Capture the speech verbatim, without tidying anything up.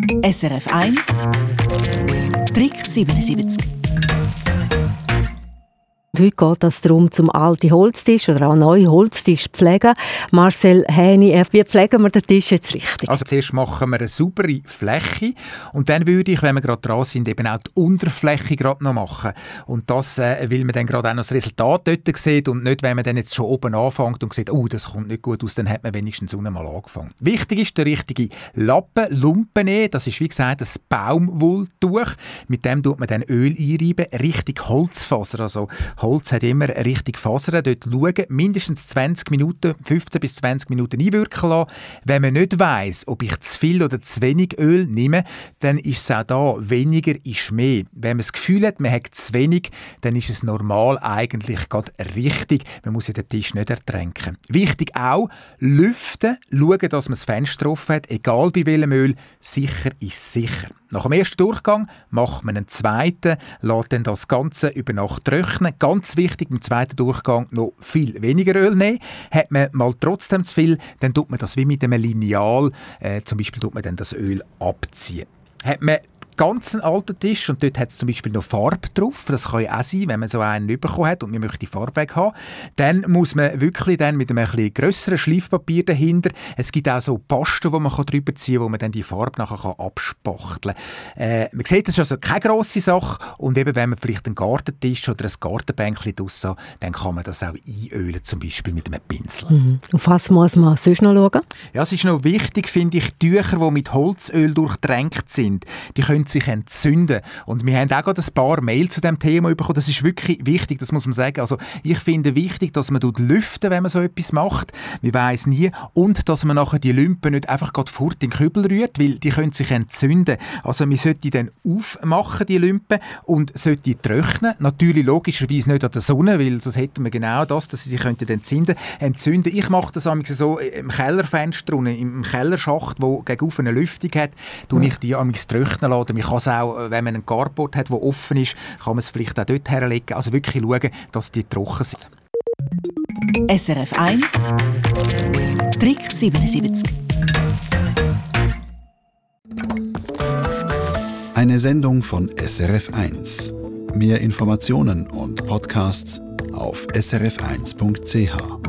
S R F eins Trick siebenundsiebzig. Heute geht es darum, zum alten Holztisch oder auch neuen Holztisch zu pflegen. Marcel Häni, wie pflegen wir den Tisch jetzt richtig? Also zuerst machen wir eine saubere Fläche und dann würde ich, wenn wir gerade dran sind, eben auch die Unterfläche gerade noch machen. Und das, äh, weil man dann gerade auch noch das Resultat dort sieht und nicht, wenn man dann jetzt schon oben anfängt und sieht, oh, das kommt nicht gut aus, dann hat man wenigstens unten mal angefangen. Wichtig ist der richtige Lappen, Lumpen nehmen. Das ist wie gesagt ein Baumwolltuch. Mit dem tut man dann Öl einreiben, richtig Holzfaser, also Holz hat immer richtig Fasern. Dort schauen, mindestens zwanzig Minuten, fünfzehn bis zwanzig Minuten einwirken lassen. Wenn man nicht weiss, ob ich zu viel oder zu wenig Öl nehme, dann ist es auch da, weniger ist mehr. Wenn man das Gefühl hat, man hat zu wenig, dann ist es normal eigentlich gerade richtig. Man muss ja den Tisch nicht ertränken. Wichtig auch, lüften, schauen, dass man das Fenster offen hat, egal bei welchem Öl, sicher ist sicher. Nach dem ersten Durchgang macht man einen zweiten, lässt dann das Ganze über Nacht trocknen. Ganz wichtig, beim zweiten Durchgang noch viel weniger Öl nehmen. Hat man mal trotzdem zu viel, dann tut man das wie mit einem Lineal, äh, zum Beispiel tut man dann das Öl abziehen. Hat man ganz einen alten Tisch und dort hat es zum Beispiel noch Farbe drauf. Das kann ja auch sein, wenn man so einen bekommen hat und man möchte die Farbe weg haben. Dann muss man wirklich dann mit einem etwas grösseren Schleifpapier dahinter. Es gibt auch so Pasten, die man drüber ziehen kann, wo man dann die Farbe nachher abspachteln kann. Äh, man sieht, das ist also keine grosse Sache. Und eben, wenn man vielleicht einen Gartentisch oder ein Gartenbänkchen draussen hat, dann kann man das auch einölen, zum Beispiel mit einem Pinsel. Mhm. Auf was muss man sonst noch schauen? Ja, es ist noch wichtig, finde ich, Tücher, die mit Holzöl durchtränkt sind, die können sich entzünden. Und wir haben auch gerade ein paar Mails zu diesem Thema bekommen. Das ist wirklich wichtig, das muss man sagen. Also ich finde wichtig, dass man lüften, wenn man so etwas macht. Man weiss nie. Und dass man nachher die Lümpen nicht einfach gerade fort in den Kübel rührt, weil die können sich entzünden. Also man sollte die dann aufmachen, die Lümpen, und sollte die trocknen. Natürlich logischerweise nicht an der Sonne, weil sonst hätten wir genau das, dass sie sich entzünden entzünden. Ich mache das so im Kellerfenster, im Kellerschacht, wo gegenüber eine Lüftung hat, tue ich die amigs trocknen lassen. Man kann es auch, wenn man einen Carport hat, der offen ist, kann man es vielleicht auch dort herlegen. Also wirklich schauen, dass die trocken sind. S R F eins Trick siebenundsiebzig. Eine Sendung von S R F eins. Mehr Informationen und Podcasts auf s r f eins punkt c h.